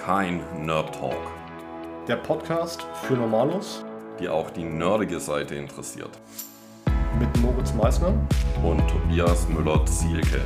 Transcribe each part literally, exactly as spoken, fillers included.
kein Nerd Talk. Der Podcast für Normalos, die auch die nerdige Seite interessiert. Mit Moritz Meissner und Tobias Müller-Zielke.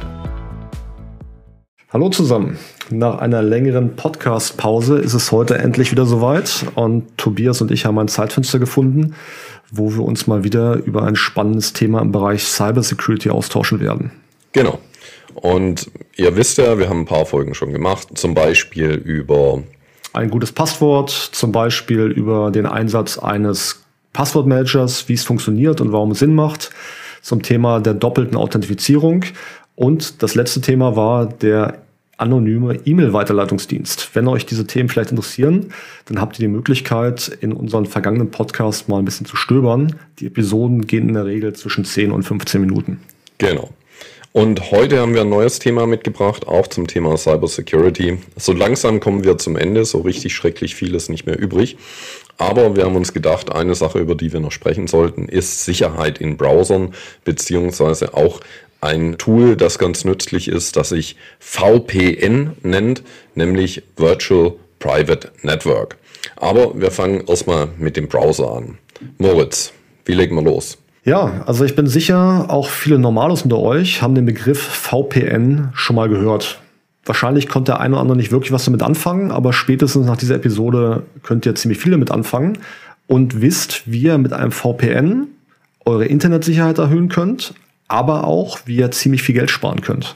Hallo zusammen. Nach einer längeren Podcast-Pause ist es heute endlich wieder soweit und Tobias und ich haben ein Zeitfenster gefunden, wo wir uns mal wieder über ein spannendes Thema im Bereich Cybersecurity austauschen werden. Genau. Und ihr wisst ja, wir haben ein paar Folgen schon gemacht, zum Beispiel über ein gutes Passwort, zum Beispiel über den Einsatz eines Passwortmanagers, wie es funktioniert und warum es Sinn macht, zum Thema der doppelten Authentifizierung. Und das letzte Thema war der anonyme E-Mail-Weiterleitungsdienst. Wenn euch diese Themen vielleicht interessieren, dann habt ihr die Möglichkeit, in unseren vergangenen Podcast mal ein bisschen zu stöbern. Die Episoden gehen in der Regel zwischen zehn und fünfzehn Minuten. Genau. Und heute haben wir ein neues Thema mitgebracht, auch zum Thema Cybersecurity. So langsam kommen wir zum Ende, so richtig schrecklich viel ist nicht mehr übrig. Aber wir haben uns gedacht, eine Sache, über die wir noch sprechen sollten, ist Sicherheit in Browsern, beziehungsweise auch ein Tool, das ganz nützlich ist, das sich V P N nennt, nämlich Virtual Private Network. Aber wir fangen erstmal mit dem Browser an. Moritz, wie legen wir los? Ja, also ich bin sicher, auch viele Normalos unter euch haben den Begriff V P N schon mal gehört. Wahrscheinlich konnte der eine oder andere nicht wirklich was damit anfangen, aber spätestens nach dieser Episode könnt ihr ziemlich viel damit anfangen und wisst, wie ihr mit einem V P N eure Internetsicherheit erhöhen könnt, aber auch, wie ihr ziemlich viel Geld sparen könnt.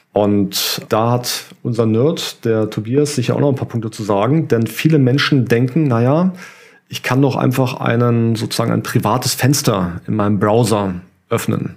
Und da hat unser Nerd, der Tobias, sicher auch noch ein paar Punkte zu sagen, denn viele Menschen denken, naja, ich kann doch einfach einen, sozusagen ein privates Fenster in meinem Browser öffnen.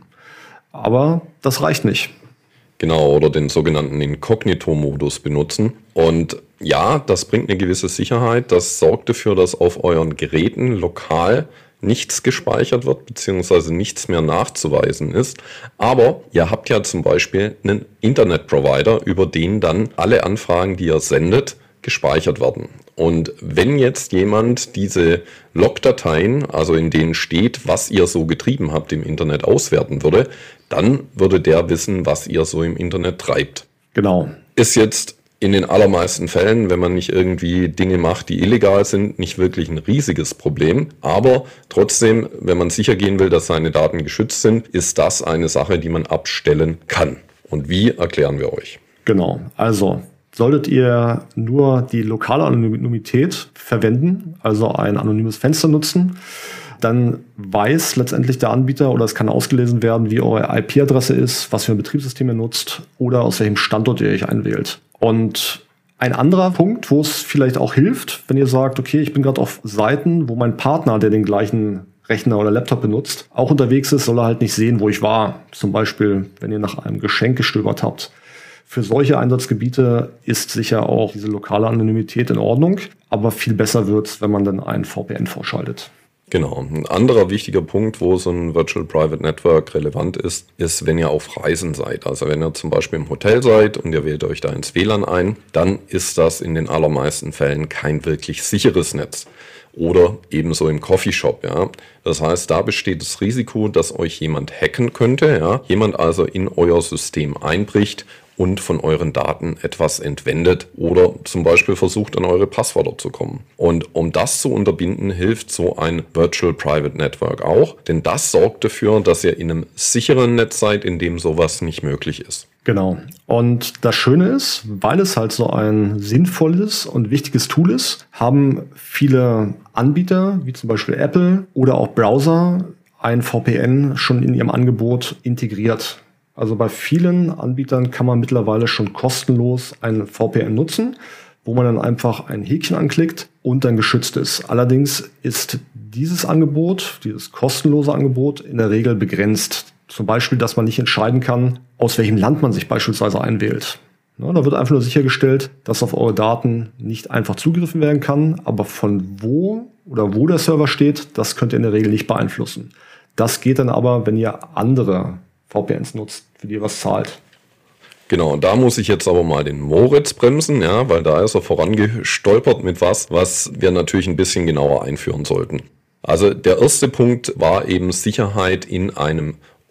Aber das reicht nicht. Genau, oder den sogenannten Inkognito-Modus benutzen. Und ja, das bringt eine gewisse Sicherheit. Das sorgt dafür, dass auf euren Geräten lokal nichts gespeichert wird, beziehungsweise nichts mehr nachzuweisen ist. Aber ihr habt ja zum Beispiel einen Internetprovider, über den dann alle Anfragen, die ihr sendet, gespeichert werden. Und wenn jetzt jemand diese Logdateien, also in denen steht, was ihr so getrieben habt im Internet, auswerten würde, dann würde der wissen, was ihr so im Internet treibt. Genau. Ist jetzt in den allermeisten Fällen, wenn man nicht irgendwie Dinge macht, die illegal sind, nicht wirklich ein riesiges Problem. Aber trotzdem, wenn man sicher gehen will, dass seine Daten geschützt sind, ist das eine Sache, die man abstellen kann. Und wie, erklären wir euch. Genau, also solltet ihr nur die lokale Anonymität verwenden, also ein anonymes Fenster nutzen, dann weiß letztendlich der Anbieter oder es kann ausgelesen werden, wie eure I P-Adresse ist, was für ein Betriebssystem ihr nutzt oder aus welchem Standort ihr euch einwählt. Und ein anderer Punkt, wo es vielleicht auch hilft, wenn ihr sagt, okay, ich bin gerade auf Seiten, wo mein Partner, der den gleichen Rechner oder Laptop benutzt, auch unterwegs ist, soll er halt nicht sehen, wo ich war. Zum Beispiel, wenn ihr nach einem Geschenk gestöbert habt. Für solche Einsatzgebiete ist sicher auch diese lokale Anonymität in Ordnung, aber viel besser wird es, wenn man dann einen V P N vorschaltet. Genau. Ein anderer wichtiger Punkt, wo so ein Virtual Private Network relevant ist, ist, wenn ihr auf Reisen seid. Also wenn ihr zum Beispiel im Hotel seid und ihr wählt euch da ins W L A N ein, dann ist das in den allermeisten Fällen kein wirklich sicheres Netz. Oder ebenso im Coffeeshop, ja. Das heißt, da besteht das Risiko, dass euch jemand hacken könnte, ja. Jemand also in euer System einbricht und von euren Daten etwas entwendet oder zum Beispiel versucht, an eure Passwörter zu kommen. Und um das zu unterbinden, hilft so ein Virtual Private Network auch, denn das sorgt dafür, dass ihr in einem sicheren Netz seid, in dem sowas nicht möglich ist. Genau. Und das Schöne ist, weil es halt so ein sinnvolles und wichtiges Tool ist, haben viele Anbieter, wie zum Beispiel Apple oder auch Browser, ein V P N schon in ihrem Angebot integriert. Also bei vielen Anbietern kann man mittlerweile schon kostenlos ein V P N nutzen, wo man dann einfach ein Häkchen anklickt und dann geschützt ist. Allerdings ist dieses Angebot, dieses kostenlose Angebot in der Regel begrenzt. Zum Beispiel, dass man nicht entscheiden kann, aus welchem Land man sich beispielsweise einwählt. Ja, da wird einfach nur sichergestellt, dass auf eure Daten nicht einfach zugegriffen werden kann, aber von wo oder wo der Server steht, das könnt ihr in der Regel nicht beeinflussen. Das geht dann aber, wenn ihr andere V P Ns nutzt, für die ihr was zahlt. Genau, da muss ich jetzt aber mal den Moritz bremsen, ja, weil da ist er vorangestolpert mit was, was wir natürlich ein bisschen genauer einführen sollten. Also der erste Punkt war eben Sicherheit in einem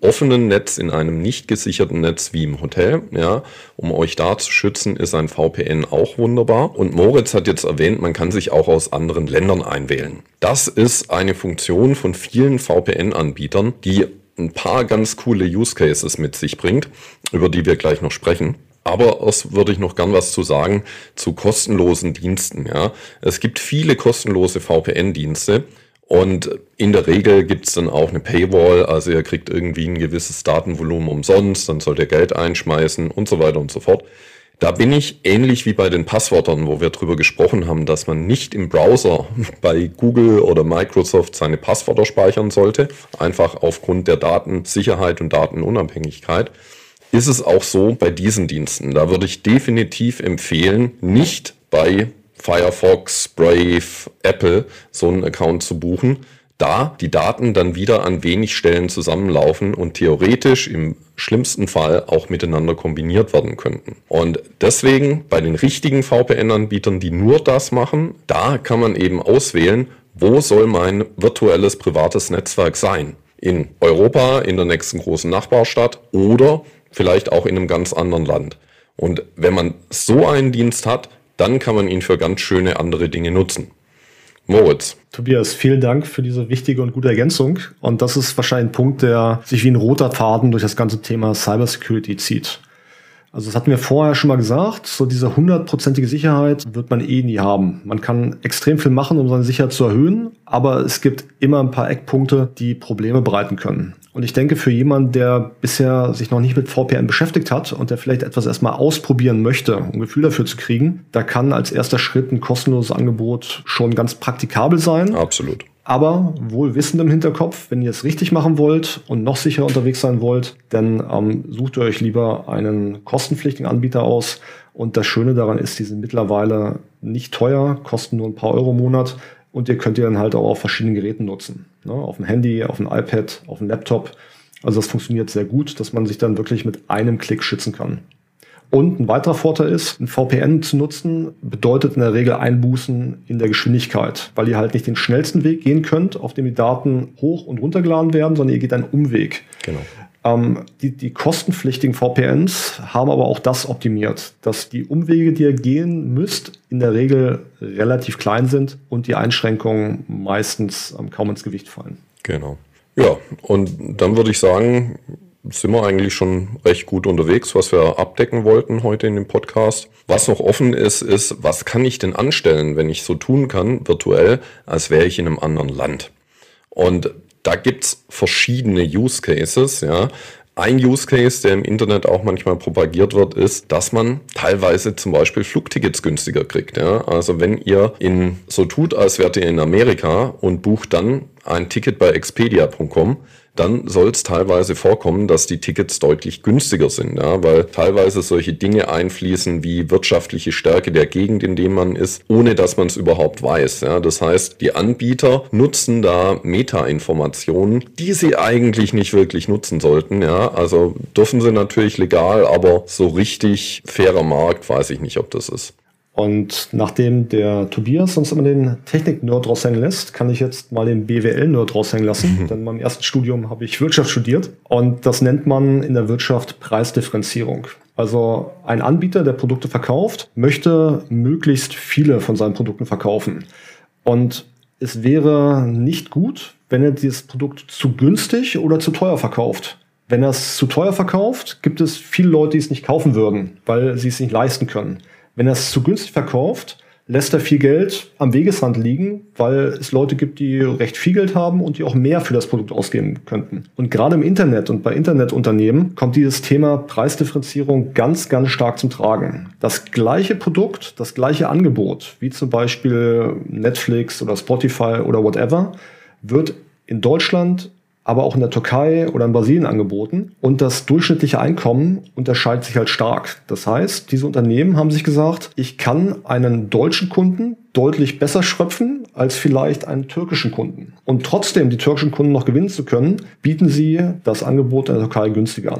offenen Netz, in einem nicht gesicherten Netz wie im Hotel, ja, um euch da zu schützen, ist ein V P N auch wunderbar. Und Moritz hat jetzt erwähnt, man kann sich auch aus anderen Ländern einwählen. Das ist eine Funktion von vielen V P N-Anbietern, die ein paar ganz coole Use Cases mit sich bringt, über die wir gleich noch sprechen. Aber erst würde ich noch gern was zu sagen zu kostenlosen Diensten. Ja, es gibt viele kostenlose V P N-Dienste. Und in der Regel gibt es dann auch eine Paywall, also ihr kriegt irgendwie ein gewisses Datenvolumen umsonst, dann sollt ihr Geld einschmeißen und so weiter und so fort. Da bin ich ähnlich wie bei den Passwörtern, wo wir drüber gesprochen haben, dass man nicht im Browser bei Google oder Microsoft seine Passwörter speichern sollte, einfach aufgrund der Datensicherheit und Datenunabhängigkeit. Ist es auch so bei diesen Diensten. Da würde ich definitiv empfehlen, nicht bei Firefox, Brave, Apple so einen Account zu buchen, da die Daten dann wieder an wenig Stellen zusammenlaufen und theoretisch im schlimmsten Fall auch miteinander kombiniert werden könnten. Und deswegen bei den richtigen V P N-Anbietern, die nur das machen, da kann man eben auswählen, wo soll mein virtuelles privates Netzwerk sein? In Europa, in der nächsten großen Nachbarstadt oder vielleicht auch in einem ganz anderen Land. Und wenn man so einen Dienst hat, dann kann man ihn für ganz schöne andere Dinge nutzen. Moritz. Tobias, vielen Dank für diese wichtige und gute Ergänzung. Und das ist wahrscheinlich ein Punkt, der sich wie ein roter Faden durch das ganze Thema Cybersecurity zieht. Also das hatten wir vorher schon mal gesagt, so diese hundertprozentige Sicherheit wird man eh nie haben. Man kann extrem viel machen, um seine Sicherheit zu erhöhen, aber es gibt immer ein paar Eckpunkte, die Probleme bereiten können. Und ich denke, für jemanden, der bisher sich noch nicht mit V P N beschäftigt hat und der vielleicht etwas erstmal ausprobieren möchte, um ein Gefühl dafür zu kriegen, da kann als erster Schritt ein kostenloses Angebot schon ganz praktikabel sein. Absolut. Aber wohl wissend im Hinterkopf, wenn ihr es richtig machen wollt und noch sicherer unterwegs sein wollt, dann ähm, sucht ihr euch lieber einen kostenpflichtigen Anbieter aus. Und das Schöne daran ist, die sind mittlerweile nicht teuer, kosten nur ein paar Euro im Monat. Und ihr könnt ihr dann halt auch auf verschiedenen Geräten nutzen. Ne? Auf dem Handy, auf dem iPad, auf dem Laptop. Also das funktioniert sehr gut, dass man sich dann wirklich mit einem Klick schützen kann. Und ein weiterer Vorteil ist, ein V P N zu nutzen, bedeutet in der Regel Einbußen in der Geschwindigkeit, weil ihr halt nicht den schnellsten Weg gehen könnt, auf dem die Daten hoch und runtergeladen werden, sondern ihr geht einen Umweg. Genau. Ähm, die, die kostenpflichtigen V P Ns haben aber auch das optimiert, dass die Umwege, die ihr gehen müsst, in der Regel relativ klein sind und die Einschränkungen meistens ähm, kaum ins Gewicht fallen. Genau. Ja, und dann würde ich sagen, sind wir eigentlich schon recht gut unterwegs, was wir abdecken wollten heute in dem Podcast. Was noch offen ist, ist, was kann ich denn anstellen, wenn ich so tun kann, virtuell, als wäre ich in einem anderen Land? Und da gibt's verschiedene Use Cases, ja. Ein Use Case, der im Internet auch manchmal propagiert wird, ist, dass man teilweise zum Beispiel Flugtickets günstiger kriegt. Ja? Also wenn ihr in so tut, als wärt ihr in Amerika und bucht dann ein Ticket bei expedia punkt com, dann soll es teilweise vorkommen, dass die Tickets deutlich günstiger sind, ja? Weil teilweise solche Dinge einfließen wie wirtschaftliche Stärke der Gegend, in der man ist, ohne dass man es überhaupt weiß. Ja? Das heißt, die Anbieter nutzen da Meta-Informationen, die sie eigentlich nicht wirklich nutzen sollten. Ja? Also dürfen sie natürlich legal, aber so richtig fairer Markt, weiß ich nicht, ob das ist. Und nachdem der Tobias uns immer den Technik-Nerd raushängen lässt, kann ich jetzt mal den B W L-Nerd raushängen lassen. Mhm. Denn in meinem ersten Studium habe ich Wirtschaft studiert. Und das nennt man in der Wirtschaft Preisdifferenzierung. Also ein Anbieter, der Produkte verkauft, möchte möglichst viele von seinen Produkten verkaufen. Und es wäre nicht gut, wenn er dieses Produkt zu günstig oder zu teuer verkauft. Wenn er es zu teuer verkauft, gibt es viele Leute, die es nicht kaufen würden, weil sie es nicht leisten können. Wenn er es zu günstig verkauft, lässt er viel Geld am Wegesrand liegen, weil es Leute gibt, die recht viel Geld haben und die auch mehr für das Produkt ausgeben könnten. Und gerade im Internet und bei Internetunternehmen kommt dieses Thema Preisdifferenzierung ganz, ganz stark zum Tragen. Das gleiche Produkt, das gleiche Angebot, wie zum Beispiel Netflix oder Spotify oder whatever, wird in Deutschland, aber auch in der Türkei oder in Brasilien angeboten. Und das durchschnittliche Einkommen unterscheidet sich halt stark. Das heißt, diese Unternehmen haben sich gesagt, ich kann einen deutschen Kunden deutlich besser schröpfen als vielleicht einen türkischen Kunden. Und trotzdem die türkischen Kunden noch gewinnen zu können, bieten sie das Angebot in der Türkei günstiger an.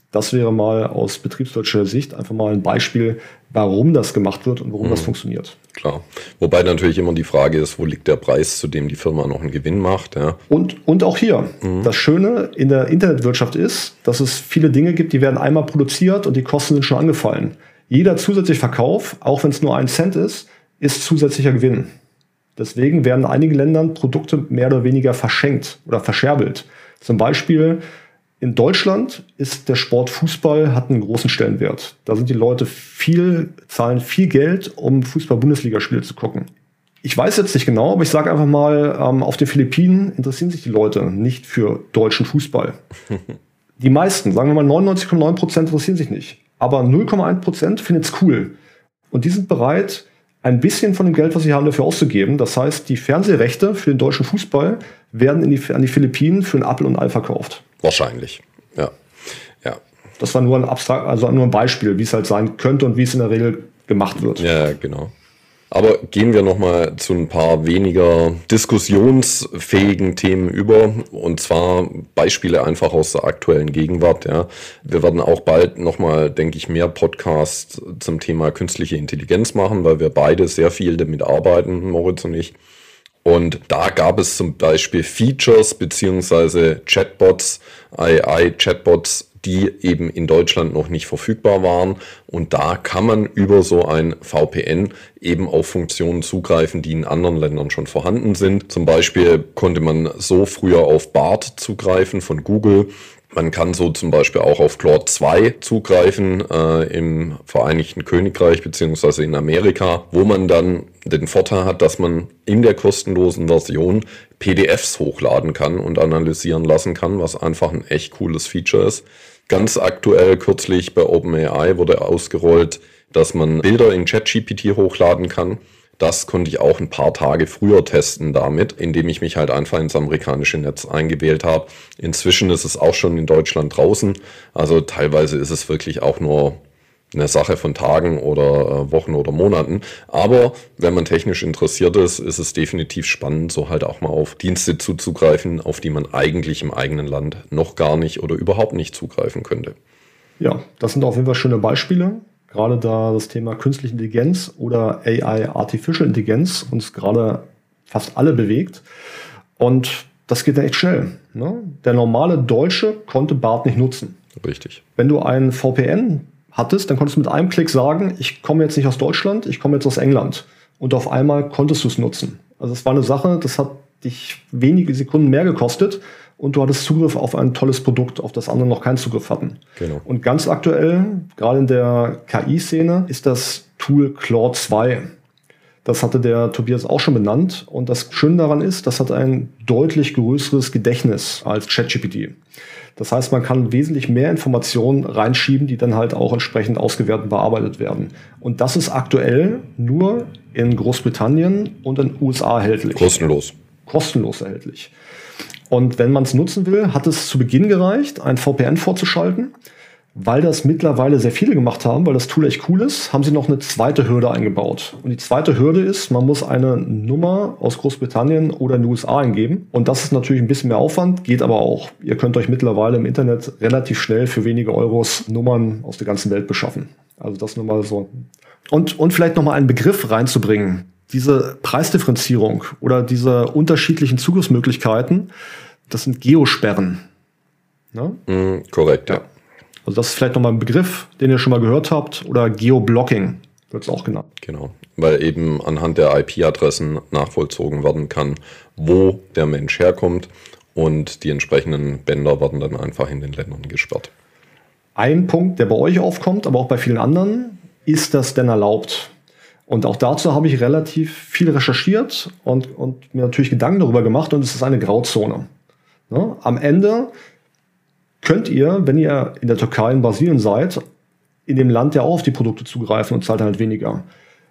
Das wäre mal aus betriebswirtschaftlicher Sicht einfach mal ein Beispiel, warum das gemacht wird und warum mhm. das funktioniert. Klar. Wobei natürlich immer die Frage ist, wo liegt der Preis, zu dem die Firma noch einen Gewinn macht. Ja. Und, und auch hier, mhm. das Schöne in der Internetwirtschaft ist, dass es viele Dinge gibt, die werden einmal produziert und die Kosten sind schon angefallen. Jeder zusätzliche Verkauf, auch wenn es nur ein Cent ist, ist zusätzlicher Gewinn. Deswegen werden in einigen Ländern Produkte mehr oder weniger verschenkt oder verscherbelt. Zum Beispiel in Deutschland ist der Sport Fußball hat einen großen Stellenwert. Da sind die Leute viel, zahlen viel Geld, um Fußball-Bundesligaspiele zu gucken. Ich weiß jetzt nicht genau, aber ich sage einfach mal, ähm, auf den Philippinen interessieren sich die Leute nicht für deutschen Fußball. Die meisten, sagen wir mal neunundneunzig Komma neun Prozent interessieren sich nicht. Aber null Komma eins Prozent findet es cool. Und die sind bereit, ein bisschen von dem Geld, was sie haben, dafür auszugeben. Das heißt, die Fernsehrechte für den deutschen Fußball werden in die, an die Philippinen für einen Apfel und ein Ei verkauft. Wahrscheinlich, ja. ja. Das war nur ein Abstrakt, also nur ein Beispiel, wie es halt sein könnte und wie es in der Regel gemacht wird. Ja, genau. Aber gehen wir nochmal zu ein paar weniger diskussionsfähigen Themen über, und zwar Beispiele einfach aus der aktuellen Gegenwart. Ja. Wir werden auch bald nochmal, denke ich, mehr Podcasts zum Thema künstliche Intelligenz machen, weil wir beide sehr viel damit arbeiten, Moritz und ich. Und da gab es zum Beispiel Features beziehungsweise Chatbots, A I-Chatbots, die eben in Deutschland noch nicht verfügbar waren. Und da kann man über so ein V P N eben auf Funktionen zugreifen, die in anderen Ländern schon vorhanden sind. Zum Beispiel konnte man so früher auf Bard zugreifen von Google. Man kann so zum Beispiel auch auf Claude zwei zugreifen äh, im Vereinigten Königreich beziehungsweise in Amerika, wo man dann den Vorteil hat, dass man in der kostenlosen Version P D Fs hochladen kann und analysieren lassen kann, was einfach ein echt cooles Feature ist. Ganz aktuell kürzlich bei OpenAI wurde ausgerollt, dass man Bilder in ChatGPT hochladen kann. Das konnte ich auch ein paar Tage früher testen damit, indem ich mich halt einfach ins amerikanische Netz eingewählt habe. Inzwischen ist es auch schon in Deutschland draußen. Also teilweise ist es wirklich auch nur eine Sache von Tagen oder äh, Wochen oder Monaten. Aber wenn man technisch interessiert ist, ist es definitiv spannend, so halt auch mal auf Dienste zuzugreifen, auf die man eigentlich im eigenen Land noch gar nicht oder überhaupt nicht zugreifen könnte. Ja, das sind auf jeden Fall schöne Beispiele. Gerade da das Thema künstliche Intelligenz oder A I, Artificial Intelligenz, uns gerade fast alle bewegt. Und das geht dann echt schnell. Ne? Der normale Deutsche konnte Bard nicht nutzen. Richtig. Wenn du einen V P N hattest, dann konntest du mit einem Klick sagen, ich komme jetzt nicht aus Deutschland, ich komme jetzt aus England. Und auf einmal konntest du es nutzen. Also es war eine Sache, das hat dich wenige Sekunden mehr gekostet und du hattest Zugriff auf ein tolles Produkt, auf das andere noch keinen Zugriff hatten. Genau. Und ganz aktuell, gerade in der K I-Szene, ist das Tool Claude zwei. Das hatte der Tobias auch schon benannt. Und das Schöne daran ist, das hat ein deutlich größeres Gedächtnis als ChatGPT. Das heißt, man kann wesentlich mehr Informationen reinschieben, die dann halt auch entsprechend ausgewertet und bearbeitet werden. Und das ist aktuell nur in Großbritannien und in den U S A erhältlich. Kostenlos. Kostenlos erhältlich. Und wenn man es nutzen will, hat es zu Beginn gereicht, ein V P N vorzuschalten. Weil das mittlerweile sehr viele gemacht haben, weil das Tool echt cool ist, haben sie noch eine zweite Hürde eingebaut. Und die zweite Hürde ist, man muss eine Nummer aus Großbritannien oder in den U S A eingeben. Und das ist natürlich ein bisschen mehr Aufwand, geht aber auch. Ihr könnt euch mittlerweile im Internet relativ schnell für wenige Euros Nummern aus der ganzen Welt beschaffen. Also das nur mal so. Und, und vielleicht noch mal einen Begriff reinzubringen. Diese Preisdifferenzierung oder diese unterschiedlichen Zugriffsmöglichkeiten, das sind Geosperren. Ne? Mm, korrekt, ja. Also das ist vielleicht nochmal ein Begriff, den ihr schon mal gehört habt, oder Geoblocking wird es auch genannt. Genau, weil eben anhand der I P-Adressen nachvollzogen werden kann, wo der Mensch herkommt, und die entsprechenden Bänder werden dann einfach in den Ländern gesperrt. Ein Punkt, der bei euch aufkommt, aber auch bei vielen anderen, ist das denn erlaubt? Und auch dazu habe ich relativ viel recherchiert und, und mir natürlich Gedanken darüber gemacht, und es ist eine Grauzone. Ne? Am Ende könnt ihr, wenn ihr in der Türkei, in Brasilien seid, in dem Land ja auch auf die Produkte zugreifen und zahlt halt weniger.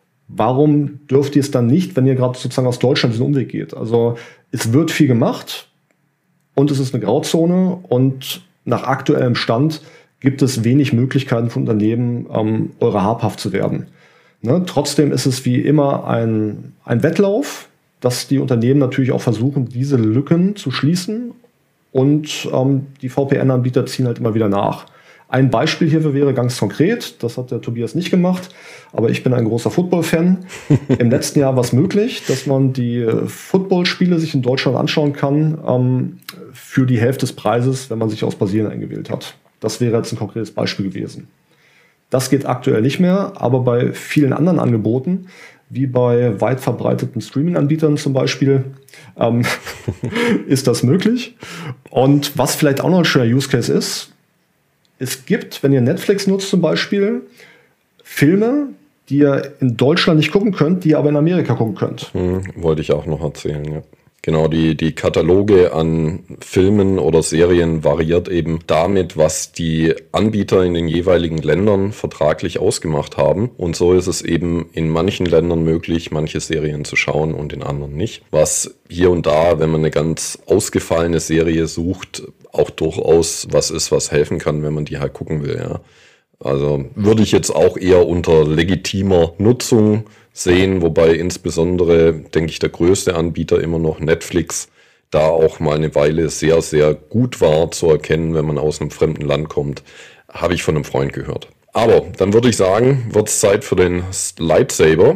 Warum dürft ihr es dann nicht, wenn ihr gerade sozusagen aus Deutschland diesen Umweg geht? Also es wird viel gemacht und es ist eine Grauzone, und nach aktuellem Stand gibt es wenig Möglichkeiten für Unternehmen, ähm, eure habhaft zu werden. Ne? Trotzdem ist es wie immer ein, ein Wettlauf, dass die Unternehmen natürlich auch versuchen, diese Lücken zu schließen. Und ähm, die V P N-Anbieter ziehen halt immer wieder nach. Ein Beispiel hierfür wäre ganz konkret, das hat der Tobias nicht gemacht, aber ich bin ein großer Football-Fan. Im letzten Jahr war es möglich, dass man die Footballspiele sich in Deutschland anschauen kann ähm, für die Hälfte des Preises, wenn man sich aus Brasilien eingewählt hat. Das wäre jetzt ein konkretes Beispiel gewesen. Das geht aktuell nicht mehr, aber bei vielen anderen Angeboten, wie bei weit verbreiteten Streaming-Anbietern zum Beispiel, ähm, ist das möglich. Und was vielleicht auch noch ein schöner Use Case ist, es gibt, wenn ihr Netflix nutzt zum Beispiel, Filme, die ihr in Deutschland nicht gucken könnt, die ihr aber in Amerika gucken könnt. Hm, wollte ich auch noch erzählen, ja. Genau, die, die Kataloge an Filmen oder Serien variiert eben damit, was die Anbieter in den jeweiligen Ländern vertraglich ausgemacht haben. Und so ist es eben in manchen Ländern möglich, manche Serien zu schauen und in anderen nicht. Was hier und da, wenn man eine ganz ausgefallene Serie sucht, auch durchaus was ist, was helfen kann, wenn man die halt gucken will, ja. Also würde ich jetzt auch eher unter legitimer Nutzung sehen, wobei insbesondere, denke ich, der größte Anbieter immer noch Netflix da auch mal eine Weile sehr, sehr gut war zu erkennen, wenn man aus einem fremden Land kommt, habe ich von einem Freund gehört. Aber dann würde ich sagen, wird es Zeit für den Lightsaber.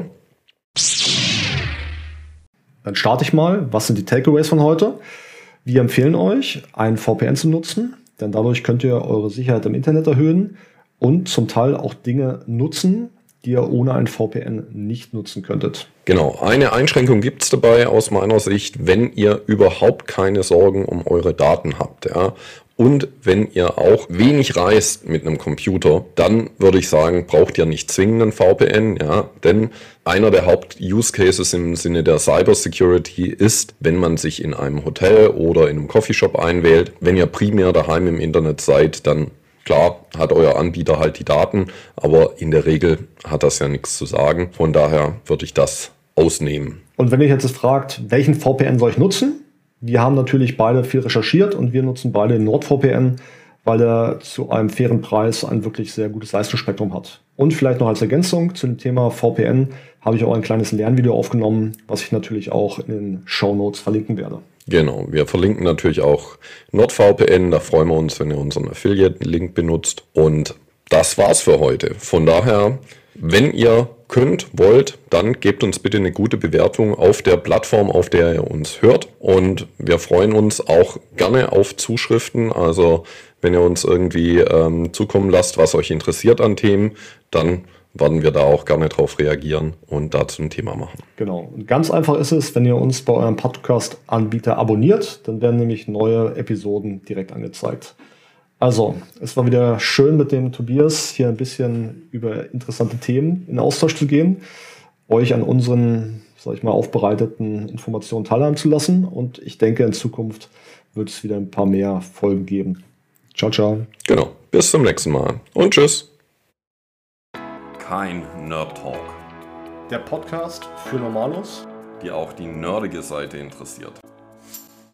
Dann starte ich mal. Was sind die Takeaways von heute? Wir empfehlen euch, ein V P N zu nutzen, denn dadurch könnt ihr eure Sicherheit im Internet erhöhen und zum Teil auch Dinge nutzen, die ihr ohne ein V P N nicht nutzen könntet. Genau, eine Einschränkung gibt es dabei aus meiner Sicht, wenn ihr überhaupt keine Sorgen um eure Daten habt, ja. Und wenn ihr auch wenig reist mit einem Computer, dann würde ich sagen, braucht ihr nicht zwingend einen V P N, ja, denn einer der Haupt-Use-Cases im Sinne der Cybersecurity ist, wenn man sich in einem Hotel oder in einem Coffeeshop einwählt, wenn ihr primär daheim im Internet seid, dann klar, hat euer Anbieter halt die Daten, aber in der Regel hat das ja nichts zu sagen. Von daher würde ich das ausnehmen. Und wenn ihr jetzt fragt, welchen V P N soll ich nutzen? Wir haben natürlich beide viel recherchiert und wir nutzen beide den NordVPN, weil er zu einem fairen Preis ein wirklich sehr gutes Leistungsspektrum hat. Und vielleicht noch als Ergänzung zu dem Thema V P N habe ich auch ein kleines Lernvideo aufgenommen, was ich natürlich auch in den Shownotes verlinken werde. Genau, wir verlinken natürlich auch NordVPN, da freuen wir uns, wenn ihr unseren Affiliate-Link benutzt. Und das war's für heute. Von daher, wenn ihr könnt, wollt, dann gebt uns bitte eine gute Bewertung auf der Plattform, auf der ihr uns hört. Und wir freuen uns auch gerne auf Zuschriften. Also wenn ihr uns irgendwie ähm, zukommen lasst, was euch interessiert an Themen, dann werden wir da auch gerne drauf reagieren und dazu ein Thema machen. Genau. Und ganz einfach ist es, wenn ihr uns bei eurem Podcast-Anbieter abonniert, dann werden nämlich neue Episoden direkt angezeigt. Also, es war wieder schön mit dem Tobias hier ein bisschen über interessante Themen in Austausch zu gehen, euch an unseren, sag ich mal, aufbereiteten Informationen teilhaben zu lassen. Und ich denke, in Zukunft wird es wieder ein paar mehr Folgen geben. Ciao, ciao. Genau. Bis zum nächsten Mal und tschüss. Kein Nerd Talk. Der Podcast für Normalos, die auch die nerdige Seite interessiert.